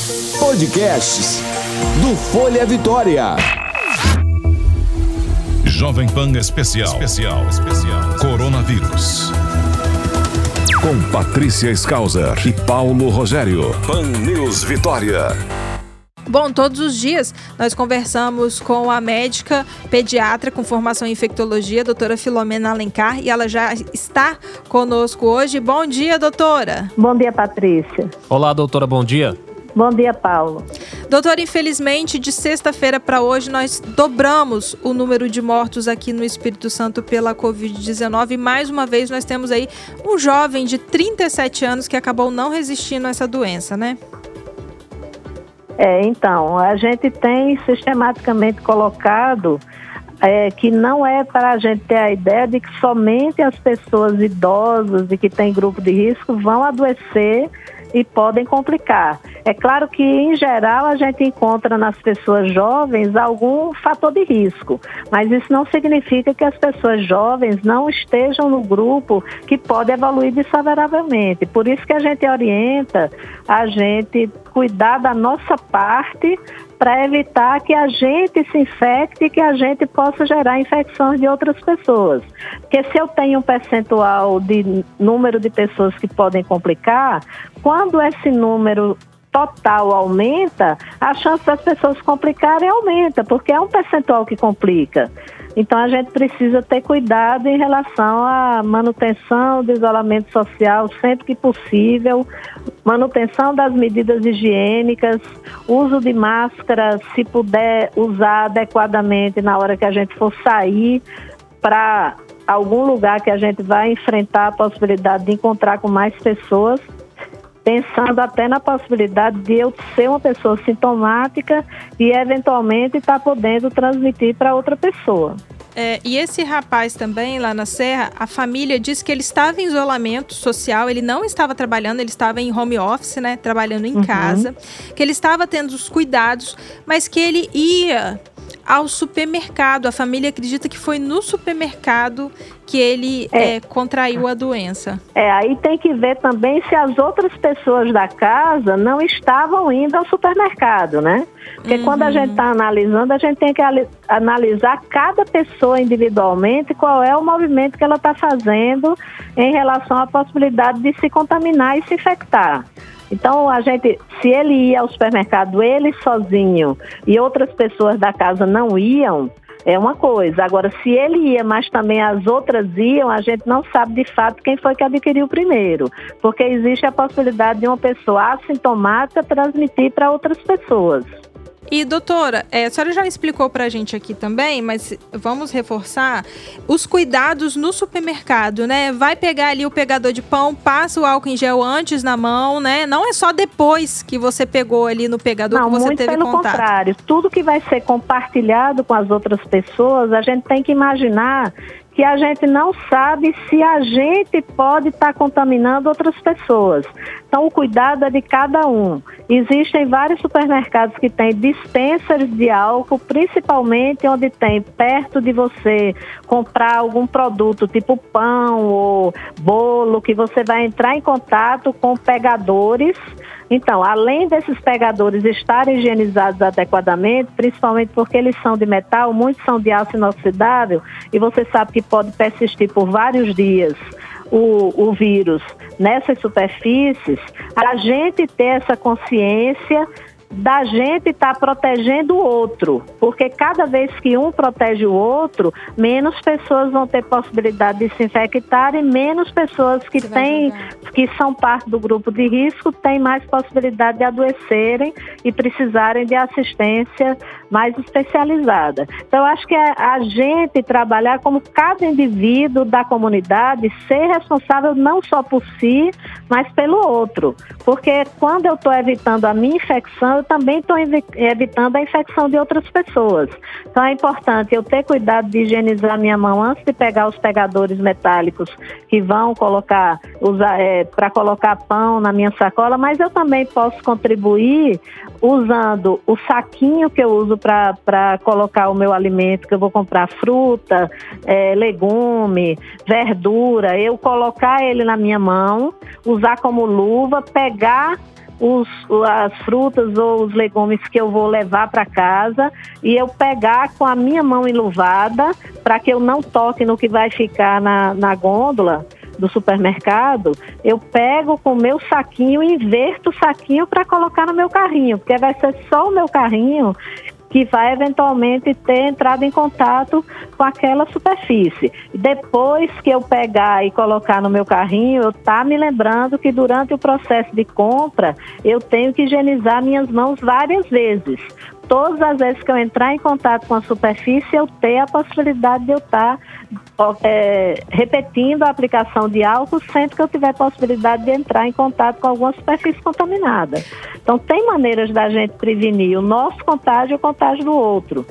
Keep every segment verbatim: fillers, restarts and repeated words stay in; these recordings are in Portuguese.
Podcasts do Folha Vitória. Jovem Pan Especial. Especial. Especial. Coronavírus. Com Patrícia Skauser e Paulo Rogério. Pan News Vitória. Bom, todos os dias nós conversamos com a médica pediatra com formação em infectologia, a doutora Filomena Alencar, e ela já está conosco hoje. Bom dia, doutora. Bom dia, Patrícia. Olá, doutora, bom dia. Bom dia, Paulo. Doutora, infelizmente, de sexta-feira para hoje, nós dobramos o número de mortos aqui no Espírito Santo pela covid dezenove. E mais uma vez nós temos aí um jovem de trinta e sete anos que acabou não resistindo a essa doença, né? É, então, a gente tem sistematicamente colocado é, que não é para a gente ter a ideia de que somente as pessoas idosas e que têm grupo de risco vão adoecer e podem complicar. É claro que, em geral, a gente encontra nas pessoas jovens algum fator de risco, mas isso não significa que as pessoas jovens não estejam no grupo que pode evoluir desfavoravelmente. Por isso que a gente orienta a gente cuidar da nossa parte para evitar que a gente se infecte e que a gente possa gerar infecções de outras pessoas. Porque se eu tenho um percentual de número de pessoas que podem complicar, quando esse número total aumenta, a chance das pessoas complicarem aumenta, porque é um percentual que complica. Então, a gente precisa ter cuidado em relação à manutenção do isolamento social sempre que possível, manutenção das medidas higiênicas, uso de máscara, se puder usar adequadamente na hora que a gente for sair para algum lugar que a gente vai enfrentar a possibilidade de encontrar com mais pessoas, pensando até na possibilidade de eu ser uma pessoa sintomática e eventualmente estar podendo transmitir para outra pessoa. É, e esse rapaz também, lá na Serra, a família disse que ele estava em isolamento social, ele não estava trabalhando, ele estava em home office, né, trabalhando em uhum. casa, que ele estava tendo os cuidados, mas que ele ia ao supermercado. A família acredita que foi no supermercado que ele é. É, contraiu a doença. É, aí tem que ver também se as outras pessoas da casa não estavam indo ao supermercado, né? Porque uhum. quando a gente está analisando, a gente tem que analisar cada pessoa individualmente, qual é o movimento que ela está fazendo em relação à possibilidade de se contaminar e se infectar. Então, a gente, se ele ia ao supermercado, ele sozinho, e outras pessoas da casa não iam, é uma coisa. Agora, se ele ia, mas também as outras iam, a gente não sabe de fato quem foi que adquiriu primeiro. Porque existe a possibilidade de uma pessoa assintomática transmitir para outras pessoas. E, doutora, é, a senhora já explicou pra gente aqui também, mas vamos reforçar os cuidados no supermercado, né? Vai pegar ali o pegador de pão, passa o álcool em gel antes na mão, né? Não é só depois que você pegou ali no pegador Não, que você muito teve pelo contato. Contrário, tudo que vai ser compartilhado com as outras pessoas, a gente tem que imaginar que a gente não sabe se a gente pode estar contaminando outras pessoas. Então, o cuidado é de cada um. Existem vários supermercados que têm dispensers de álcool, principalmente onde tem perto de você comprar algum produto, tipo pão ou bolo, que você vai entrar em contato com pegadores. Então, além desses pegadores estarem higienizados adequadamente, principalmente porque eles são de metal, muitos são de aço inoxidável, e você sabe que pode persistir por vários dias o, o vírus nessas superfícies, a gente ter essa consciência da gente estar tá protegendo o outro, porque cada vez que um protege o outro, menos pessoas vão ter possibilidade de se infectar e menos pessoas que, têm, que são parte do grupo de risco têm mais possibilidade de adoecerem e precisarem de assistência mais especializada. Então, eu acho que é a gente trabalhar como cada indivíduo da comunidade, ser responsável não só por si, mas pelo outro, porque quando eu estou evitando a minha infecção, eu também estou evitando a infecção de outras pessoas. Então é importante eu ter cuidado de higienizar minha mão antes de pegar os pegadores metálicos que vão colocar, é, para colocar pão na minha sacola, mas eu também posso contribuir usando o saquinho que eu uso para colocar o meu alimento, que eu vou comprar fruta, é, legume, verdura, eu colocar ele na minha mão, usar como luva, pegar os, as frutas ou os legumes que eu vou levar para casa e eu pegar com a minha mão enluvada para que eu não toque no que vai ficar na, na gôndola do supermercado, eu pego com o meu saquinho e inverto o saquinho para colocar no meu carrinho, porque vai ser só o meu carrinho que vai eventualmente ter entrado em contato com aquela superfície. Depois que eu pegar e colocar no meu carrinho, eu tá me lembrando que durante o processo de compra, eu tenho que higienizar minhas mãos várias vezes. Todas as vezes que eu entrar em contato com a superfície, eu tenho a possibilidade de eu estar é, repetindo a aplicação de álcool sempre que eu tiver possibilidade de entrar em contato com alguma superfície contaminada. Então, tem maneiras da gente prevenir o nosso contágio e o contágio do outro.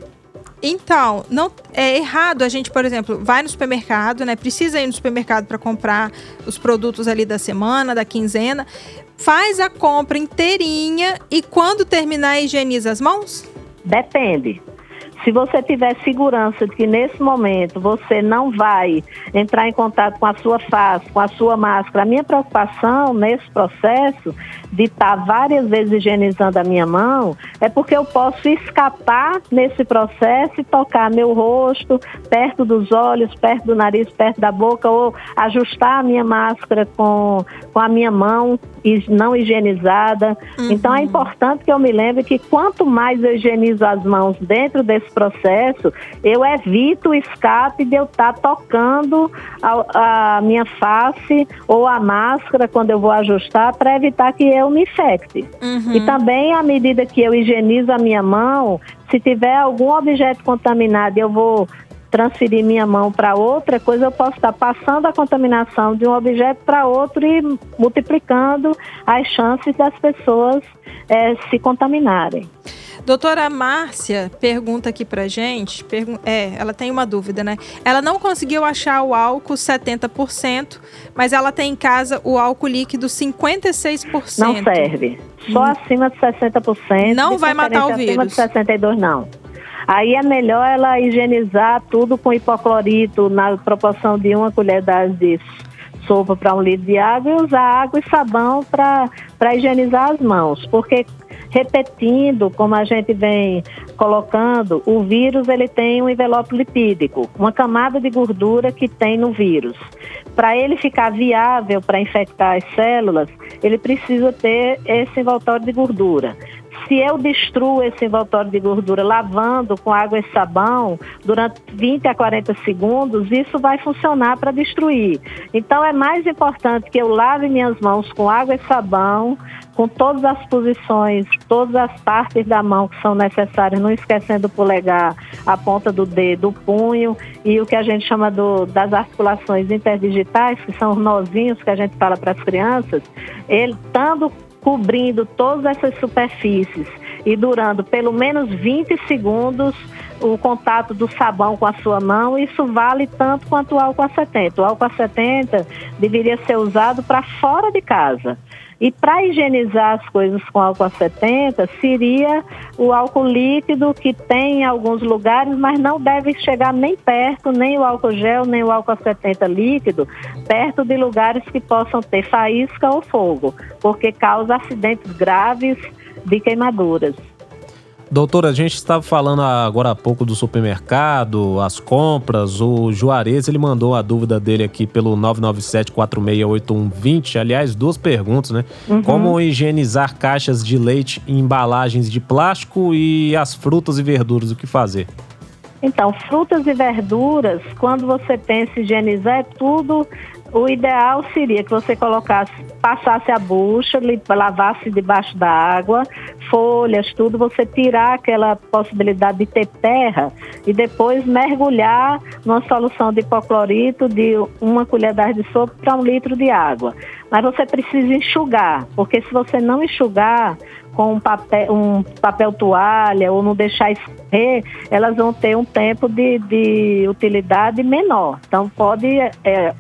Então, não é errado a gente, por exemplo, vai no supermercado, né? Precisa ir no supermercado para comprar os produtos ali da semana, da quinzena. Faz a compra inteirinha e quando terminar, higieniza as mãos? Depende. Se você tiver segurança de que nesse momento você não vai entrar em contato com a sua face, com a sua máscara, a minha preocupação nesse processo de estar várias vezes higienizando a minha mão é porque eu posso escapar nesse processo e tocar meu rosto perto dos olhos, perto do nariz, perto da boca, ou ajustar a minha máscara com, com a minha mão não higienizada. Uhum. Então é importante que eu me lembre que quanto mais eu higienizo as mãos dentro desse processo, eu evito o escape de eu estar tocando a, a minha face ou a máscara quando eu vou ajustar para evitar que eu me infecte. Uhum. E também, à medida que eu higienizo a minha mão, se tiver algum objeto contaminado, eu vou transferir minha mão para outra coisa, eu posso estar passando a contaminação de um objeto para outro e multiplicando as chances das pessoas é, se contaminarem. Doutora Márcia pergunta aqui pra gente, pergun- é, ela tem uma dúvida, né? Ela não conseguiu achar o álcool setenta por cento, mas ela tem em casa o álcool líquido cinquenta e seis por cento. Não serve. Só hum. acima de sessenta por cento. Não vai matar o vírus. Acima de sessenta e dois por cento, não. Aí é melhor ela higienizar tudo com hipoclorito na proporção de uma colher de sopa para um litro de água e usar água e sabão para higienizar as mãos, porque repetindo, como a gente vem colocando, o vírus ele tem um envelope lipídico, uma camada de gordura que tem no vírus. Para ele ficar viável para infectar as células, ele precisa ter esse envoltório de gordura. Se eu destruo esse envoltório de gordura lavando com água e sabão durante vinte a quarenta segundos, isso vai funcionar para destruir. Então é mais importante que eu lave minhas mãos com água e sabão, com todas as posições, todas as partes da mão que são necessárias, não esquecendo o polegar, a ponta do dedo, o punho e o que a gente chama do, das articulações interdigitais, que são os nozinhos que a gente fala para as crianças, ele estando cobrindo todas essas superfícies e durando pelo menos vinte segundos o contato do sabão com a sua mão, isso vale tanto quanto o álcool a setenta. O álcool a setenta deveria ser usado para fora de casa. E para higienizar as coisas com álcool a setenta, seria o álcool líquido, que tem em alguns lugares, mas não deve chegar nem perto, nem o álcool gel, nem o álcool a setenta líquido, perto de lugares que possam ter faísca ou fogo, porque causa acidentes graves de queimaduras. Doutora, a gente estava falando agora há pouco do supermercado, as compras. O Juarez, ele mandou a dúvida dele aqui pelo nove nove sete, quatro seis oito um dois zero. Aliás, duas perguntas, né? Uhum. Como higienizar caixas de leite em embalagens de plástico e as frutas e verduras, o que fazer? Então, frutas e verduras, quando você pensa em higienizar, é tudo... O ideal seria que você colocasse, passasse a bucha, lavasse debaixo da água, folhas, tudo, você tirar aquela possibilidade de ter terra e depois mergulhar numa solução de hipoclorito de uma colher de sopa para um litro de água. Mas você precisa enxugar, porque se você não enxugar com um papel, um papel toalha ou não deixar escorrer, elas vão ter um tempo de, de utilidade menor. Então pode... É,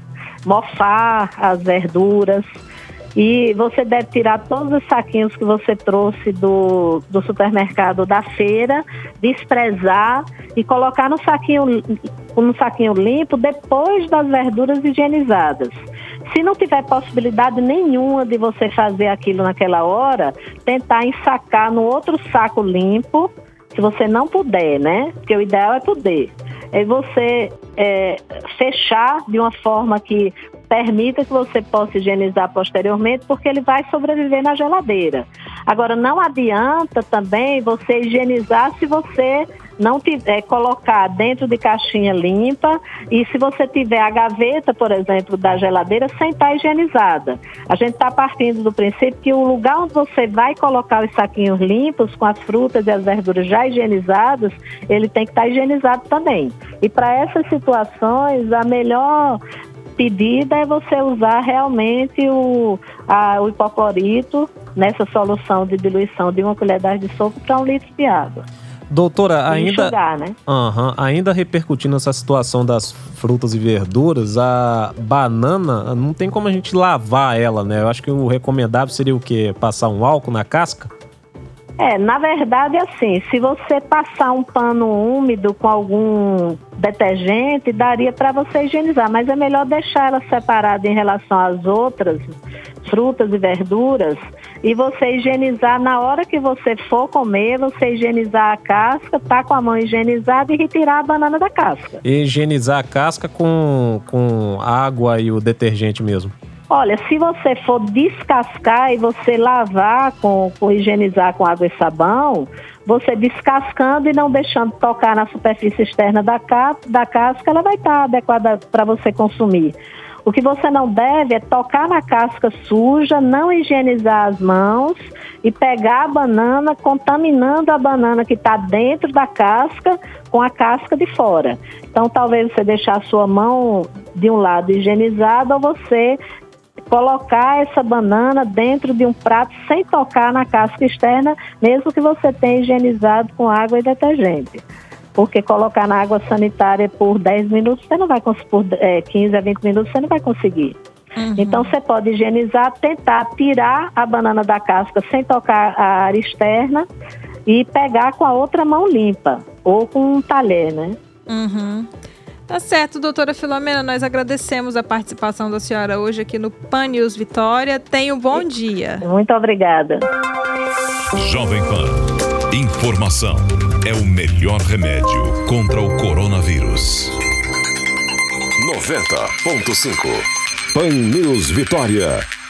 mofar as verduras e você deve tirar todos os saquinhos que você trouxe do, do supermercado, da feira, desprezar e colocar no saquinho, no saquinho limpo depois das verduras higienizadas. Se não tiver possibilidade nenhuma de você fazer aquilo naquela hora, tentar ensacar no outro saco limpo, se você não puder, né? Porque o ideal é poder. É você é, fechar de uma forma que permita que você possa higienizar posteriormente, porque ele vai sobreviver na geladeira. Agora, não adianta também você higienizar se você não tiver, colocar dentro de caixinha limpa e se você tiver a gaveta, por exemplo, da geladeira sem estar higienizada. A gente está partindo do princípio que o lugar onde você vai colocar os saquinhos limpos, com as frutas e as verduras já higienizadas, ele tem que estar higienizado também. E para essas situações, a melhor pedida é você usar realmente o, a, o hipoclorito nessa solução de diluição de uma colher de sopa para um litro de água. Doutora, ainda, enxugar, né? uhum, ainda repercutindo essa situação das frutas e verduras, a banana, não tem como a gente lavar ela, né? Eu acho que o recomendável seria o quê? Passar um álcool na casca? É, na verdade, assim, se você passar um pano úmido com algum detergente, daria para você higienizar, mas é melhor deixar ela separada em relação às outras frutas e verduras e você higienizar na hora que você for comer, você higienizar a casca, tá com a mão higienizada e retirar a banana da casca. E higienizar a casca com, com água e o detergente mesmo? Olha, se você for descascar e você lavar, com, com higienizar com água e sabão, você descascando e não deixando tocar na superfície externa da, ca, da casca, ela vai estar adequada para você consumir. O que você não deve é tocar na casca suja, não higienizar as mãos e pegar a banana, contaminando a banana que está dentro da casca com a casca de fora. Então, talvez você deixar a sua mão de um lado higienizada ou você colocar essa banana dentro de um prato sem tocar na casca externa, mesmo que você tenha higienizado com água e detergente. Porque colocar na água sanitária por dez minutos, você não vai conseguir, por é, quinze a vinte minutos, você não vai conseguir. Uhum. Então, você pode higienizar, tentar tirar a banana da casca sem tocar a área externa e pegar com a outra mão limpa, ou com um talher, né? Uhum. Tá certo, doutora Filomena, nós agradecemos a participação da senhora hoje aqui no Pan News Vitória. Tenha um bom dia. Muito obrigada. Jovem Pan. Informação é o melhor remédio contra o coronavírus. noventa ponto cinco. Pan News Vitória.